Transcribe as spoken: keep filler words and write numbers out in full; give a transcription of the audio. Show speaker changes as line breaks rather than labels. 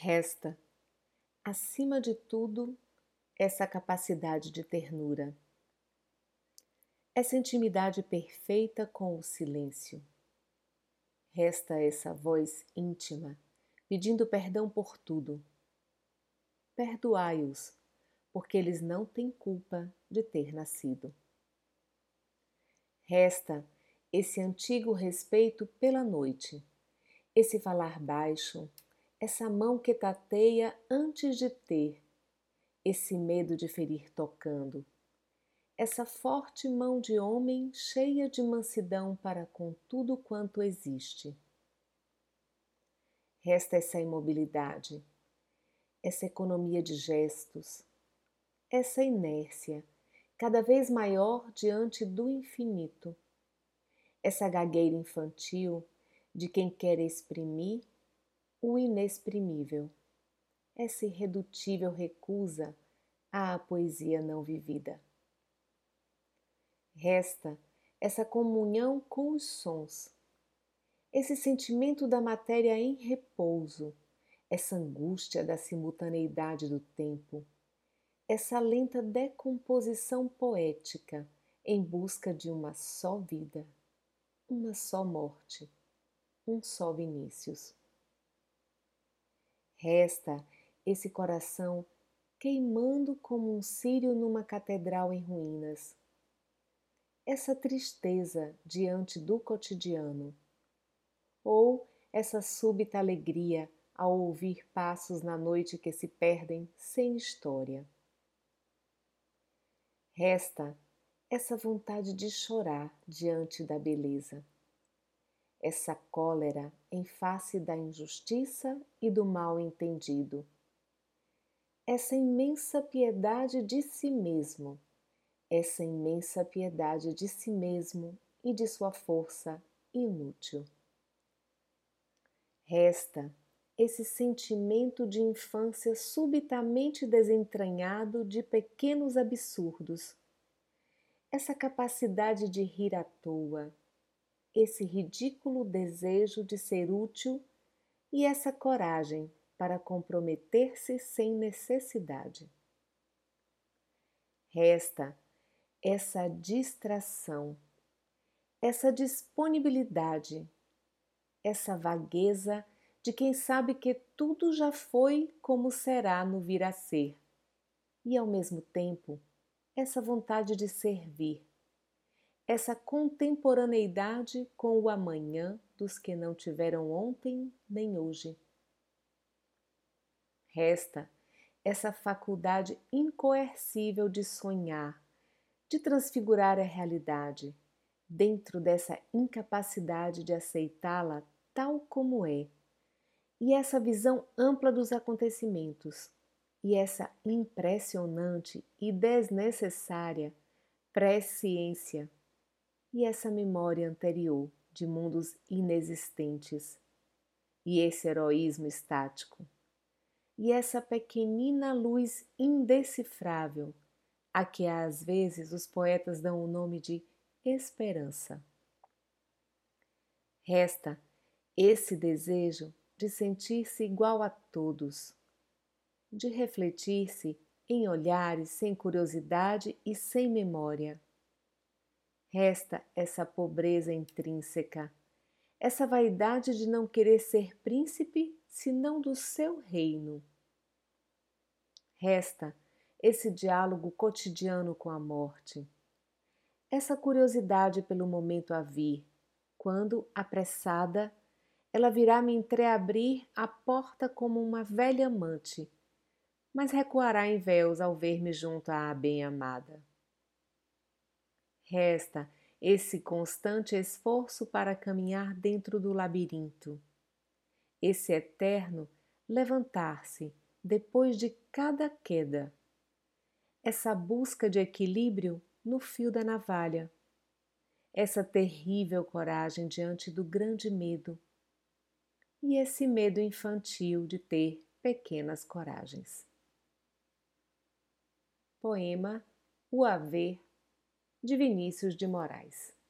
Resta, acima de tudo, essa capacidade de ternura, essa intimidade perfeita com o silêncio. Resta essa voz íntima, pedindo perdão por tudo. Perdoai-os, porque eles não têm culpa de ter nascido. Resta esse antigo respeito pela noite, esse falar baixo, essa mão que tateia antes de ter, esse medo de ferir tocando, essa forte mão de homem cheia de mansidão para com tudo quanto existe. Resta essa imobilidade, essa economia de gestos, essa inércia cada vez maior diante do infinito, essa gagueira infantil de quem quer exprimir o inexprimível, essa irredutível recusa à poesia não vivida. Resta essa comunhão com os sons, esse sentimento da matéria em repouso, essa angústia da simultaneidade do tempo, essa lenta decomposição poética em busca de uma só vida, uma só morte, um só Vinícius. Resta esse coração queimando como um círio numa catedral em ruínas, essa tristeza diante do cotidiano, ou essa súbita alegria ao ouvir passos na noite que se perdem sem história. Resta essa vontade de chorar diante da beleza, essa cólera em face da injustiça e do mal entendido, essa imensa piedade de si mesmo, essa imensa piedade de si mesmo e de sua força inútil. Resta esse sentimento de infância subitamente desentranhado de pequenos absurdos, essa capacidade de rir à toa, esse ridículo desejo de ser útil e essa coragem para comprometer-se sem necessidade. Resta essa distração, essa disponibilidade, essa vagueza de quem sabe que tudo já foi como será no vir a ser, e ao mesmo tempo essa vontade de servir, essa contemporaneidade com o amanhã dos que não tiveram ontem nem hoje. Resta essa faculdade incoercível de sonhar, de transfigurar a realidade, dentro dessa incapacidade de aceitá-la tal como é, e essa visão ampla dos acontecimentos, e essa impressionante e desnecessária presciência, e essa memória anterior de mundos inexistentes, e esse heroísmo estático, e essa pequenina luz indecifrável, a que às vezes os poetas dão o nome de esperança. Resta esse desejo de sentir-se igual a todos, de refletir-se em olhares sem curiosidade e sem memória. Resta essa pobreza intrínseca, essa vaidade de não querer ser príncipe senão do seu reino. Resta esse diálogo cotidiano com a morte, essa curiosidade pelo momento a vir, quando, apressada, ela virá me entreabrir a porta como uma velha amante, mas recuará em véus ao ver-me junto à bem-amada. Resta esse constante esforço para caminhar dentro do labirinto, esse eterno levantar-se depois de cada queda, essa busca de equilíbrio no fio da navalha, essa terrível coragem diante do grande medo e esse medo infantil de ter pequenas coragens. Poema O Haver, de Vinícius de Moraes.